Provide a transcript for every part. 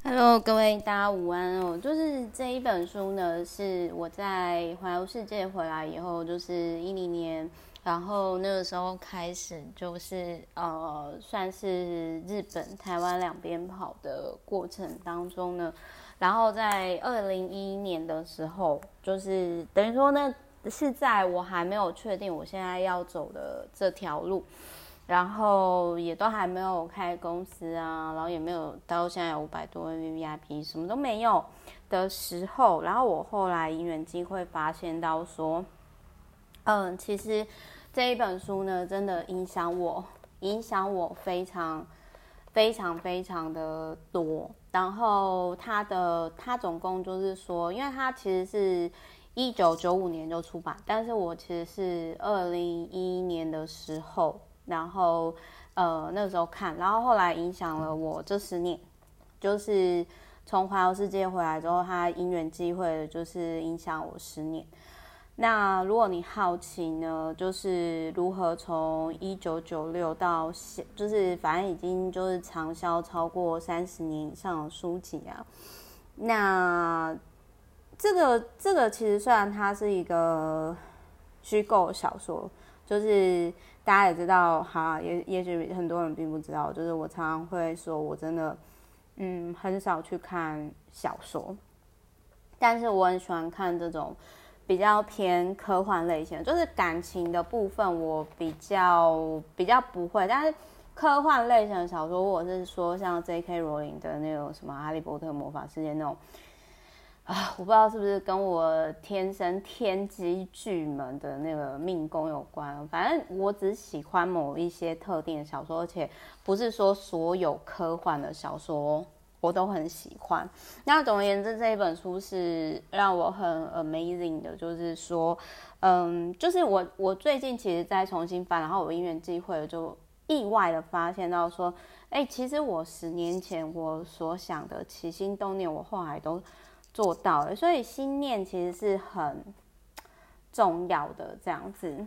Hello，各位大家午安哦。就是这一本书呢，是我在环游世界回来以后，就是2010年，然后那个时候开始就是算是日本、台湾两边跑的过程当中呢，然后在2011年的时候，就是等于说呢，是在我还没有确定我现在要走的这条路。然后也都还没有开公司啊，然后也没有到现在有500多位 VVIP， 什么都没有的时候，然后我后来因缘机会发现到说，其实这一本书呢，真的影响我非常非常的多。然后它总共就是说，因为它其实是1995年就出版，但是我其实是2011年的时候。然后那个时候看，然后后来影响了我这10年，就是从环游世界回来之后，它因缘际会的就是影响我10年。那如果你好奇呢，就是如何从1996到就是反正已经就是畅销超过30年以上的书籍啊，那这个其实虽然它是一个虚构小说，就是大家也知道哈，也许很多人并不知道，就是我常常会说我真的很少去看小说，但是我很喜欢看这种比较偏科幻类型的，就是感情的部分我比较不会，但是科幻类型的小说，或者是说像 J.K. 罗琳的那种什么哈利波特魔法世界那种我不知道是不是跟我天生天机巨门的那个命宫有关，反正我只喜欢某一些特定的小说，而且不是说所有科幻的小说我都很喜欢。那总而言之，这一本书是让我很 amazing 的，就是说就是我最近其实在重新翻，然后我因缘际会就意外的发现到说其实我10年前我所想的起心动念，我后来都做到了，所以心念其实是很重要的这样子。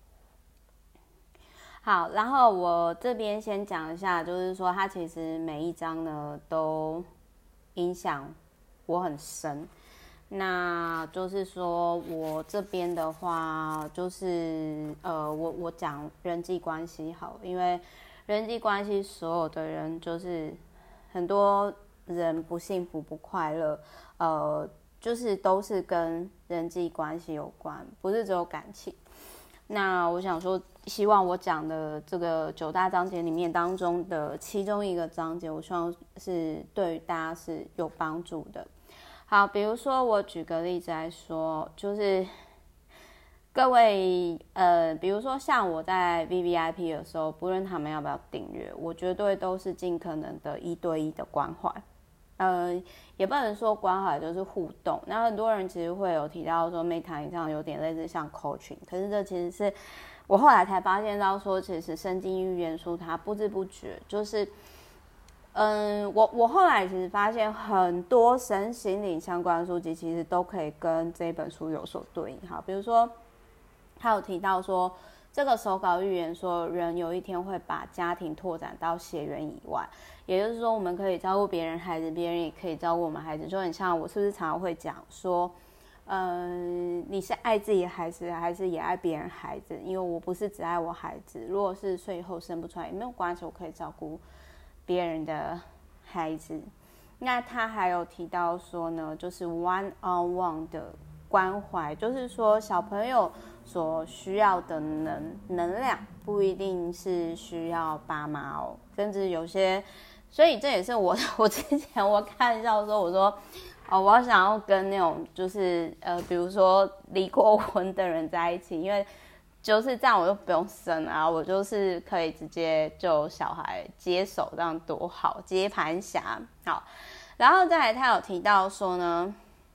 好，然后我这边先讲一下，就是说它其实每一章呢都影响我很深。那就是说我这边的话，就是我讲人际关系好，因为人际关系所有的人就是很多人不幸福不快乐，就是都是跟人际关系有关，不是只有感情。那我想说，希望我讲的这个9大章节里面当中的其中一个章节，我希望是对于大家是有帮助的。好，比如说我举个例子来说，就是各位比如说像我在 VVIP 的时候，不论他们要不要订阅，我绝对都是尽可能的1对1的关怀。也不能说关怀，就是互动。那很多人其实会有提到说，Meta 上有点类似像 coaching， 可是这其实是我后来才发现到说，其实身心预言书它不知不觉就是，我后来其实发现很多身心灵相关的书籍其实都可以跟这本书有所对应。好，比如说他有提到说，这个手稿预言说，人有一天会把家庭拓展到血缘以外，也就是说，我们可以照顾别人孩子，别人也可以照顾我们孩子。就很像我是不是常常会讲说，你是爱自己的孩子，还是也爱别人孩子？因为我不是只爱我孩子，如果是睡以后生不出来也没有关系，我可以照顾别人的孩子。那他还有提到说呢，就是 one on one 的关怀，就是说小朋友所需要的能量不一定是需要爸妈哦，甚至有些，所以这也是我之前我看到说，我说我想要跟那种就是比如说离过婚的人在一起，因为就是这样我就不用生啊，我就是可以直接就小孩接手，这样多好，接盘侠。好，然后再来他有提到说呢，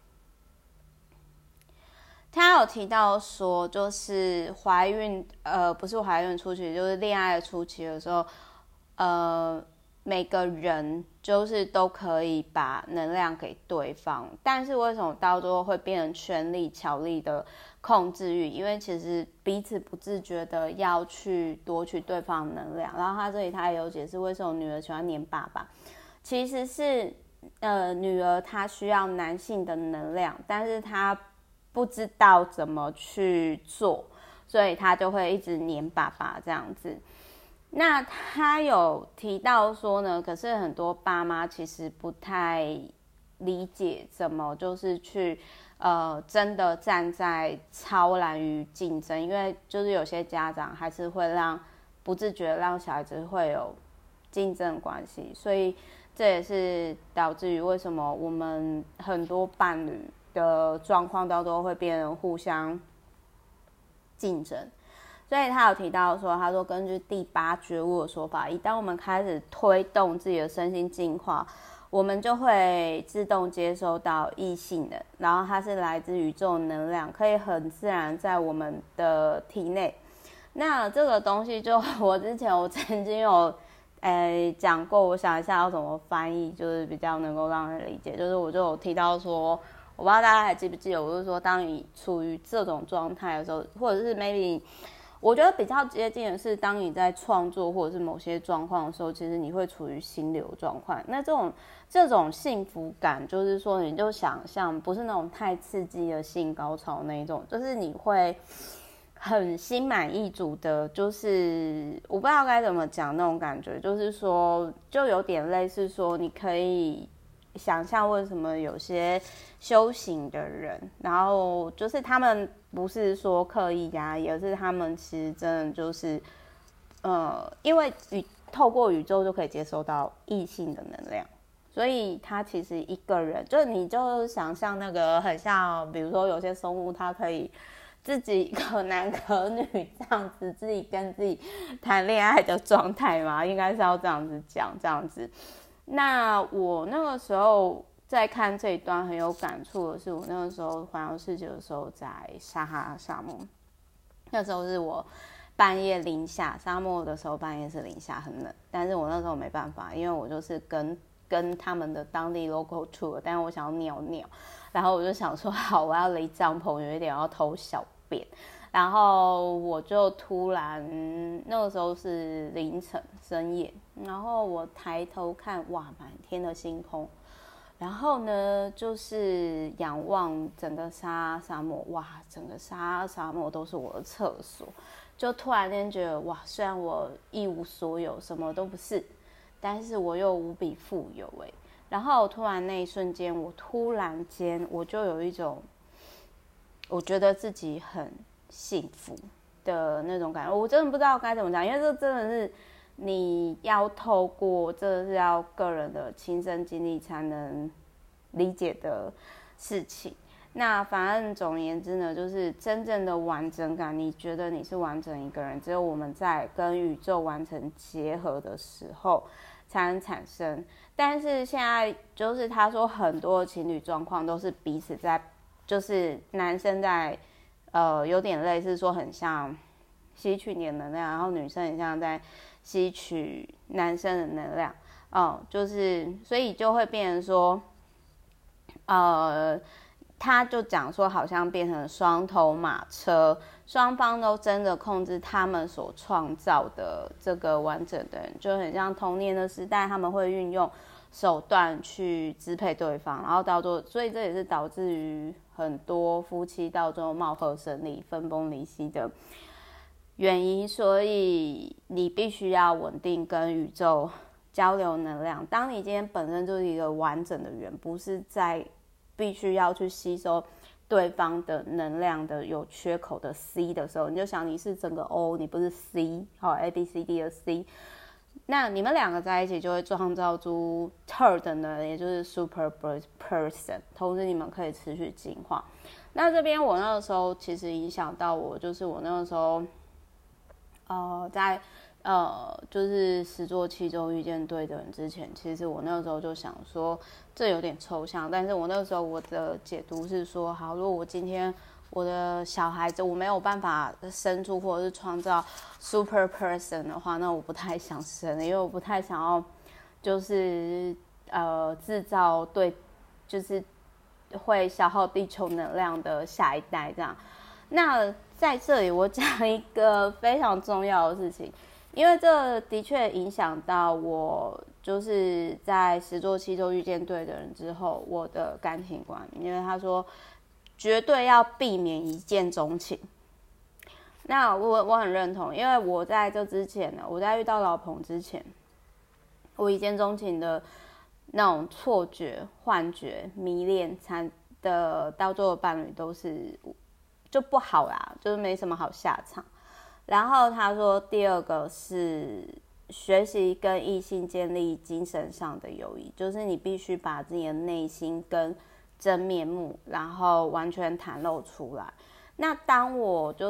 他有提到说，就是怀孕，不是怀孕初期，就是恋爱的初期的时候，每个人就是都可以把能量给对方，但是为什么到最后会变成权力、巧力的控制欲？因为其实彼此不自觉的要去夺取对方的能量。然后他这里他也有解释为什么女儿喜欢黏爸爸，其实是女儿她需要男性的能量，但是她不知道怎么去做，所以她就会一直黏爸爸这样子。那他有提到说呢，可是很多爸妈其实不太理解怎么就是去真的站在超然于竞争，因为就是有些家长还是会不自觉让小孩子会有竞争关系，所以这也是导致于为什么我们很多伴侣的状况到最后会变成互相竞争。所以他有提到说，他说根据第8觉悟的说法，当我们开始推动自己的身心进化，我们就会自动接收到异性的，然后它是来自宇宙能量，可以很自然在我们的体内。那这个东西就我曾经有讲过，我想一下要怎么翻译，就是比较能够让人理解。就是我就有提到说，我不知道大家还记不记得，我就是说，当你处于这种状态的时候，或者是 maybe。我觉得比较接近的是，当你在创作或者是某些状况的时候，其实你会处于心流状况。那这种幸福感，就是说，你就想象不是那种太刺激的性高潮那一种，就是你会很心满意足的，就是我不知道该怎么讲那种感觉，就是说，就有点类似说，你可以想象为什么有些修行的人，然后就是他们不是说刻意压抑，而是他们其实真的就是因为透过宇宙就可以接收到异性的能量，所以他其实一个人，就你就想象那个很像，比如说有些生物它可以自己可男可女这样子，自己跟自己谈恋爱的状态嘛，应该是要这样子讲，这样子。那我那个时候在看这一段很有感触的是，我那个时候环游世界的时候在撒哈拉沙漠，那时候是我半夜零下，沙漠的时候半夜是零下很冷，但是我那时候没办法，因为我就是跟他们的当地 local tour， 但是我想要尿尿，然后我就想说好，我要离帐篷有一点要偷小便，然后我就突然那个时候是凌晨深夜，然后我抬头看，哇，满天的星空，然后呢就是仰望整个沙漠，哇，整个沙漠都是我的厕所，就突然间觉得哇，虽然我一无所有，什么都不是，但是我又无比富有然后突然那一瞬间，我就有一种我觉得自己很幸福的那种感觉，我真的不知道该怎么讲，因为这真的是你要透过，这是要个人的亲身经历才能理解的事情。那反正总而言之呢，就是真正的完整感，你觉得你是完整一个人，只有我们在跟宇宙完成结合的时候才能产生。但是现在就是他说很多情侣状况都是彼此在，就是男生在有点类似说很像吸取你的能量，然后女生很像在吸取男生的能量，就是所以就会变成说他就讲说好像变成双头马车，双方都真的控制他们所创造的这个完整的人，就很像童年的时代他们会运用手段去支配对方，然后所以这也是导致于很多夫妻到最后貌合神离分崩离析的原因。所以你必须要稳定跟宇宙交流能量，当你今天本身就是一个完整的人，不是在必须要去吸收对方的能量的有缺口的 C 的时候，你就想你是整个 O， 你不是 C， A B C D 的 C， 那你们两个在一起就会创造出 third 呢，也就是 super person， 同时你们可以持续进化。那这边我那个时候其实影响到我，就是我那个时候在就是10座7周遇见对的人之前，其实我那个时候就想说这有点抽象，但是我那个时候我的解读是说，好，如果我今天我的小孩子我没有办法生出或者是创造 super person 的话，那我不太想生，因为我不太想要就是制造对就是会消耗地球能量的下一代这样。那在这里我讲一个非常重要的事情，因为这的确影响到我， 就是在10座7周遇见对的人之后，我的感情观，因为他说绝对要避免一见钟情。那我很认同，因为我在这之前呢，我在遇到老彭之前，我一见钟情的那种错觉、幻觉、迷恋的到最后的伴侣都是就不好啦，就是没什么好下场。然后他说第二个是学习跟异性建立精神上的友谊，就是你必须把自己的内心跟真面目，然后完全袒露出来。那当我就是，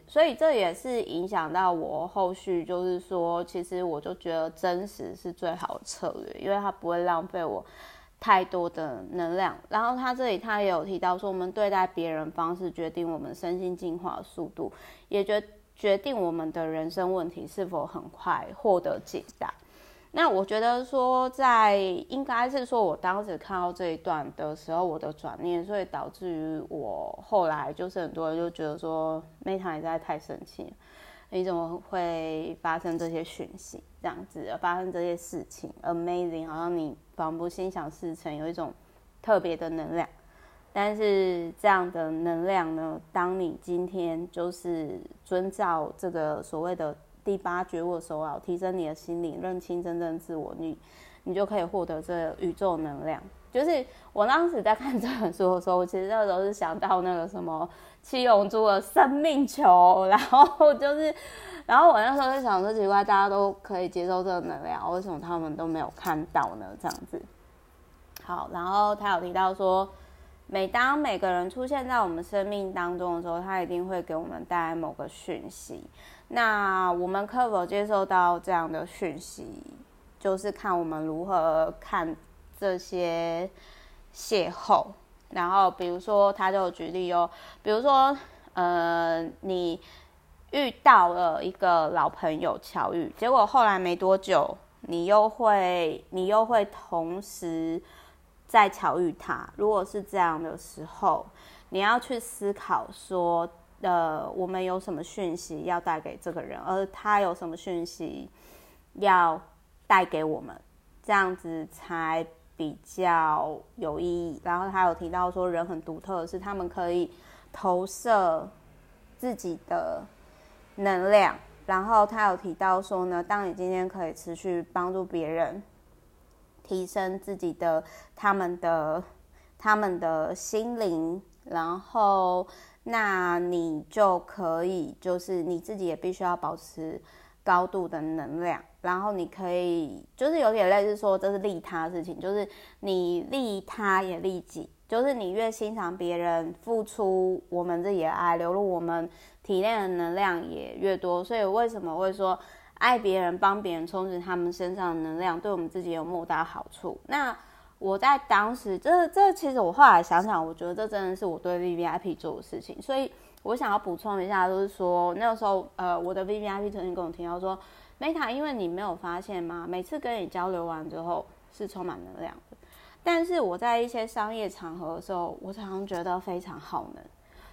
所以这也是影响到我后续，就是说，其实我就觉得真实是最好的策略，因为它不会浪费我太多的能量。然后他这里他也有提到说，我们对待别人方式决定我们身心进化的速度，也决定我们的人生问题是否很快获得解答。那我觉得说应该是说我当时看到这一段的时候，我的转念，所以导致于我后来就是很多人就觉得说 Meta 你实在太生气了，你怎么会发生这些讯息这样子，发生这些事情 amazing， 好像你仿佛心想事成，有一种特别的能量。但是这样的能量呢，当你今天就是遵照这个所谓的第8觉悟的手稿，提升你的心灵，认清真正自我，你就可以获得这个宇宙能量。就是我当时在看这本书的时候，我其实那个时候是想到那个什么七龙珠的生命球，然后我那时候就想说，奇怪，大家都可以接受这个能量，为什么他们都没有看到呢？这样子。好，然后他有提到说，每当每个人出现在我们生命当中的时候，他一定会给我们带来某个讯息。那我们可否接受到这样的讯息，就是看我们如何看这些邂逅。然后比如说他就有举例比如说你遇到了一个老朋友巧遇，结果后来没多久你又会同时在巧遇他。如果是这样的时候，你要去思考说我们有什么讯息要带给这个人，而他有什么讯息要带给我们，这样子才比较有意义。然后他有提到说，人很独特的是他们可以投射自己的能量。然后他有提到说呢，当你今天可以持续帮助别人提升自己的他们的心灵，然后那你就可以就是你自己也必须要保持高度的能量，然后你可以就是有点类似说这是利他的事情，就是你利他也利己，就是你越欣赏别人付出我们自己的爱，流入我们体内的能量也越多。所以为什么会说爱别人帮别人充实他们身上的能量，对我们自己有莫大好处。那我在当时这其实我后来想想，我觉得这真的是我对 VVIP 做的事情。所以我想要补充一下，就是说那个时候我的 VVIP 曾经跟我提到说， Meta 因为你没有发现吗，每次跟你交流完之后是充满能量的，但是我在一些商业场合的时候，我常常觉得非常耗能。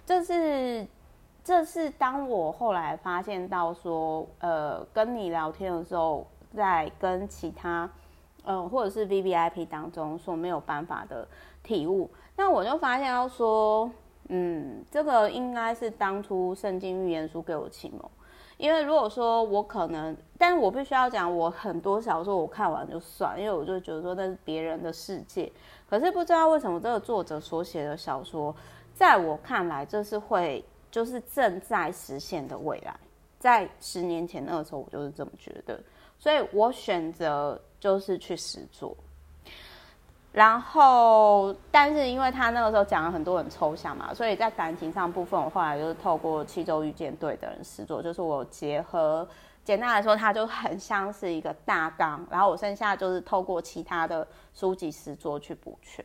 这是当我后来发现到说跟你聊天的时候，在跟其他或者是 VVIP 当中所没有办法的体悟。那我就发现到说这个应该是当初圣经预言书给我启蒙。因为如果说我可能，但是我必须要讲，我很多小说我看完就算，因为我就觉得说那是别人的世界。可是不知道为什么这个作者所写的小说，在我看来这是就是正在实现的未来。在10年前那个时候我就是这么觉得，所以我选择就是去实作。然后但是因为他那个时候讲了很多很抽象嘛，所以在感情上部分我后来就是透过7周遇见对的人实作，就是我结合，简单来说它就很像是一个大纲，然后我剩下就是透过其他的书籍实作去补全。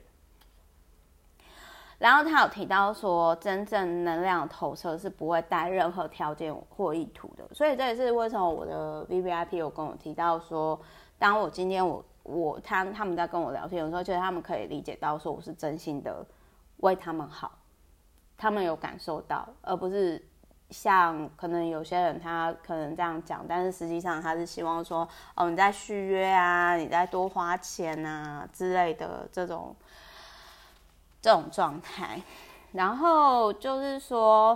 然后他有提到说，真正能量的投射是不会带任何条件或意图的，所以这也是为什么我的 VVIP 有跟我提到说，当我今天他们在跟我聊天的时候，其实他们可以理解到说我是真心的为他们好，他们有感受到，而不是像可能有些人他可能这样讲，但是实际上他是希望说，哦，你在续约啊，你在多花钱啊之类的这种状态。然后就是说，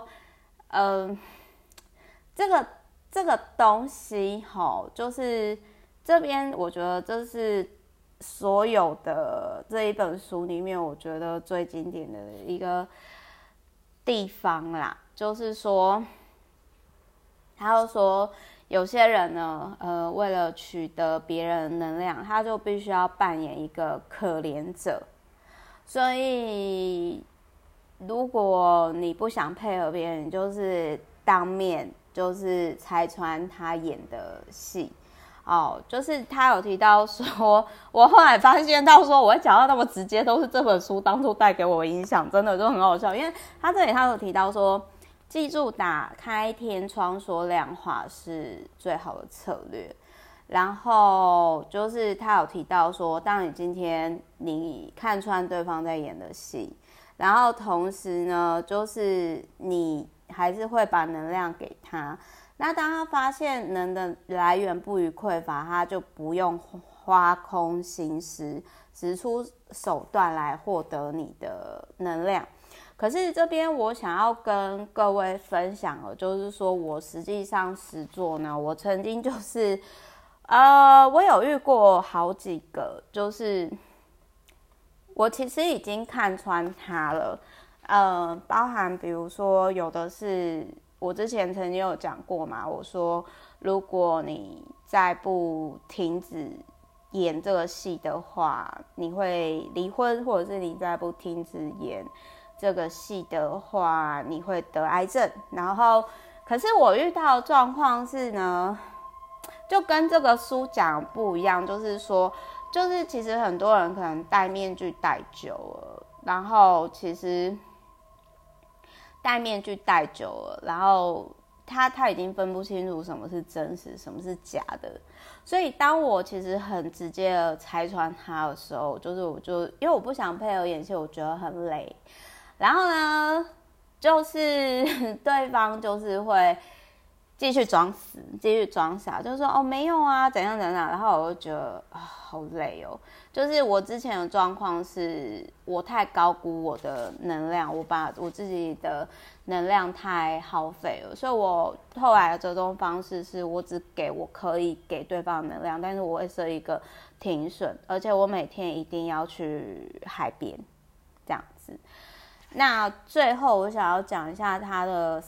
这个东西吼，就是这边我觉得这是所有的这一本书里面，我觉得最经典的一个地方啦，就是说，他就说有些人呢，为了取得别人的能量，他就必须要扮演一个可怜者。所以，如果你不想配合别人，就是当面就是拆穿他演的戏。哦，就是他有提到说，我后来发现到说，我会讲到那么直接，都是这本书当初带给我的影响，真的就很好笑。因为他这里他有提到说，记住打开天窗说亮话是最好的策略。然后就是他有提到说，当你今天你看穿对方在演的戏，然后同时呢，就是你还是会把能量给他。那当他发现能的来源不予匮乏，他就不用花空心思，使出手段来获得你的能量。可是这边我想要跟各位分享的，就是说我实际上实作呢，我曾经就是我有遇过好几个，就是我其实已经看穿他了，包含比如说有的是我之前曾经有讲过嘛，我说如果你再不停止演这个戏的话，你会离婚，或者是你再不停止演这个戏的话，你会得癌症。然后，可是我遇到的状况是呢，就跟这个书讲不一样，就是说，就是其实很多人可能戴面具戴久了，然后其实戴面具戴久了，然后他已经分不清楚什么是真实，什么是假的。所以当我其实很直接的拆穿他的时候，就是因为我不想配合演戏，我觉得很累。然后呢，就是对方就是会继续装死，继续装傻，就是说哦没有啊，怎样怎样，然后我就觉得好累哦。就是我之前的状况是我太高估我的能量，我把我自己的能量太耗费了，所以我后来的折中方式是我只给我可以给对方的能量，但是我会设一个停损，而且我每天一定要去海边，这样子。那最后我想要讲一下他的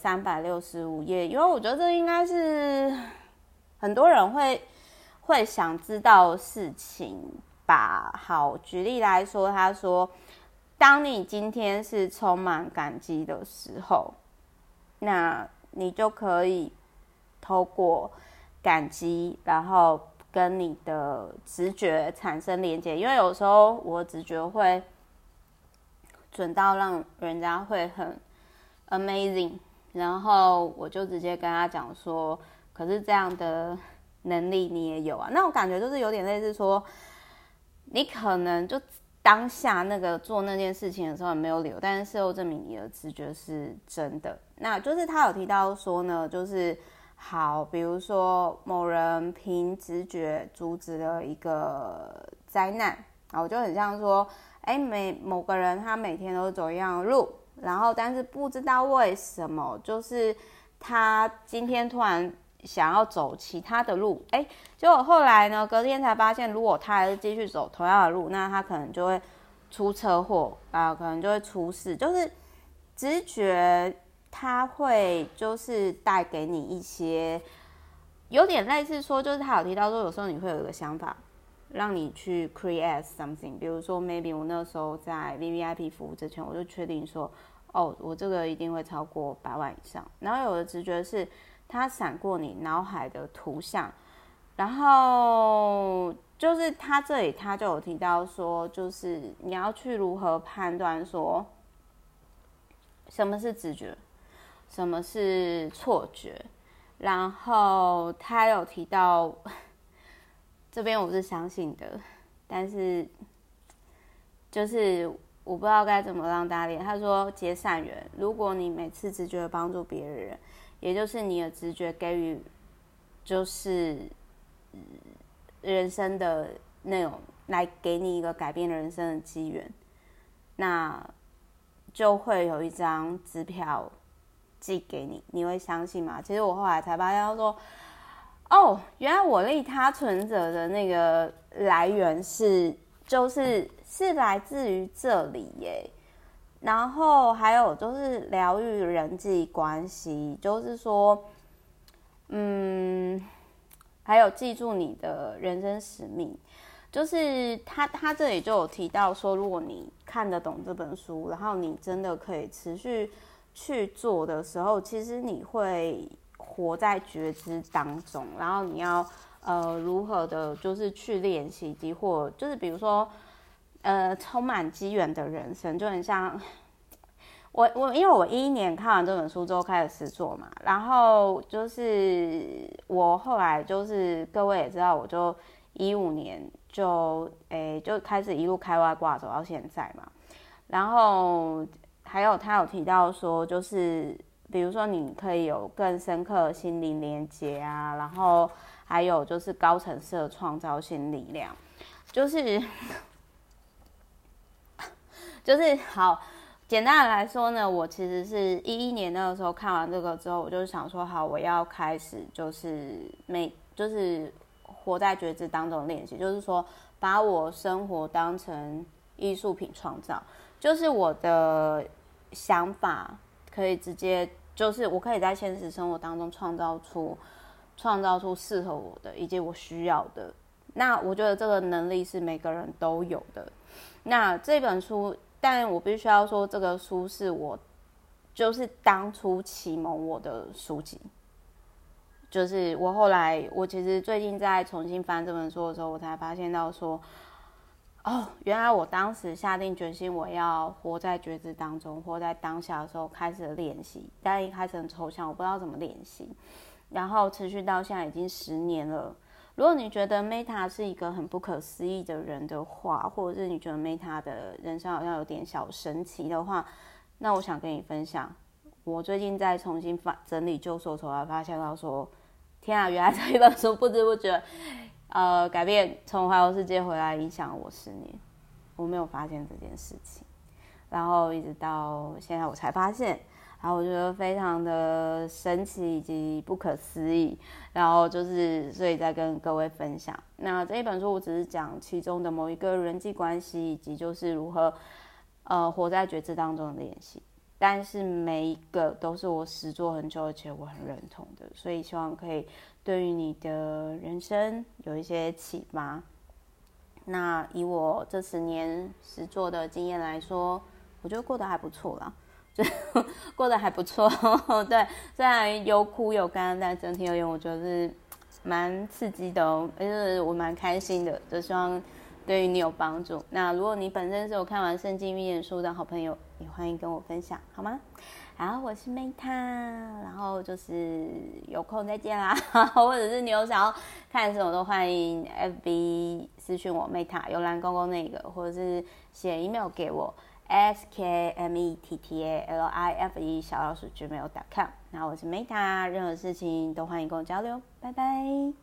365页，因为我觉得这应该是很多人会想知道的事情吧。好，举例来说，他说，当你今天是充满感激的时候，那你就可以透过感激，然后跟你的直觉产生连接，因为有时候我的直觉会准到让人家会很 amazing， 然后我就直接跟他讲说，可是这样的能力你也有啊，那种感觉就是有点类似说，你可能就当下那个做那件事情的时候没有理由，但是事后证明你的直觉是真的。那就是他有提到说呢，就是好，比如说某人凭直觉阻止了一个灾难，然后我就很像说，某个人他每天都走一样的路，然后但是不知道为什么，就是他今天突然想要走其他的路，结果后来呢，隔天才发现，如果他还是继续走同样的路，那他可能就会出车祸啊，可能就会出事。就是直觉，它会就是带给你一些有点类似说，就是他有提到说，有时候你会有一个想法，让你去 create something。比如说 ，maybe 我那时候在 VVIP 服务之前，我就确定说，哦，我这个一定会超过100万以上。然后有的直觉是，它闪过你脑海的图像，然后就是他这里他就有提到说，就是你要去如何判断说什么是直觉，什么是错觉。然后他有提到，这边我是相信的，但是就是我不知道该怎么让大家练。他说结善缘，如果你每次直觉帮助别人， 也就是你的直觉给予，就是人生的那种来给你一个改变人生的机缘，那就会有一张支票寄给你，你会相信吗？其实我后来才发现说，哦，原来我利他存折的那个来源是来自于这里耶。然后还有就是疗愈人际关系，就是说，还有记住你的人生使命。就是他这里就有提到说，如果你看得懂这本书，然后你真的可以持续去做的时候，其实你会活在觉知当中，然后你要如何的，就是去练习，或就是比如说充满机缘的人生，就很像因为我2011年看完这本书之后开始实作嘛，然后就是我后来就是各位也知道，我就2015年就开始一路开外挂走到现在嘛，然后还有他有提到说，就是比如说你可以有更深刻的心灵连接啊，然后还有就是高层次的创造性力量，就是好。简单的来说呢，我其实是2011年那个时候看完这个之后，我就想说，好，我要开始就是活在觉知当中练习，就是说把我生活当成艺术品创造，就是我的想法可以直接，就是我可以在现实生活当中创造出适合我的以及我需要的。那我觉得这个能力是每个人都有的。那这本书。但我必须要说，这个书是我就是当初启蒙我的书籍。就是我其实最近在重新翻这本书的时候，我才发现到说，哦，原来我当时下定决心我要活在觉知当中，活在当下的时候开始练习。但一开始很抽象，我不知道怎么练习，然后持续到现在已经10年了。如果你觉得 Meta 是一个很不可思议的人的话，或者是你觉得 Meta 的人生好像有点小神奇的话，那我想跟你分享，我最近在重新整理旧书的时候，发现到说，天啊，原来这一本书不知不觉，改变从环游世界回来影响了我10年，我没有发现这件事情，然后一直到现在我才发现。然后我觉得非常的神奇以及不可思议，然后就是所以再跟各位分享。那这一本书我只是讲其中的某一个人际关系，以及就是如何活在觉知当中的练习。但是每一个都是我实作很久，而且我很认同的，所以希望可以对于你的人生有一些启发。那以我这10年实作的经验来说，我觉得过得还不错啦。过得还不错，对，虽然有苦有甘，但整体而言，我觉得是蛮刺激的哦，就是我蛮开心的，就希望对于你有帮助。那如果你本身是有看完圣经预言书的好朋友，也欢迎跟我分享，好吗？好，我是 Meta， 然后就是有空再见啦，或者是你有想要看什么都欢迎 FB 私讯我 Meta 有蓝勾勾那个，或者是写 email 给我。skmettalife@gmail.com， 那我是 Meta， 任何事情都欢迎跟我交流，拜拜。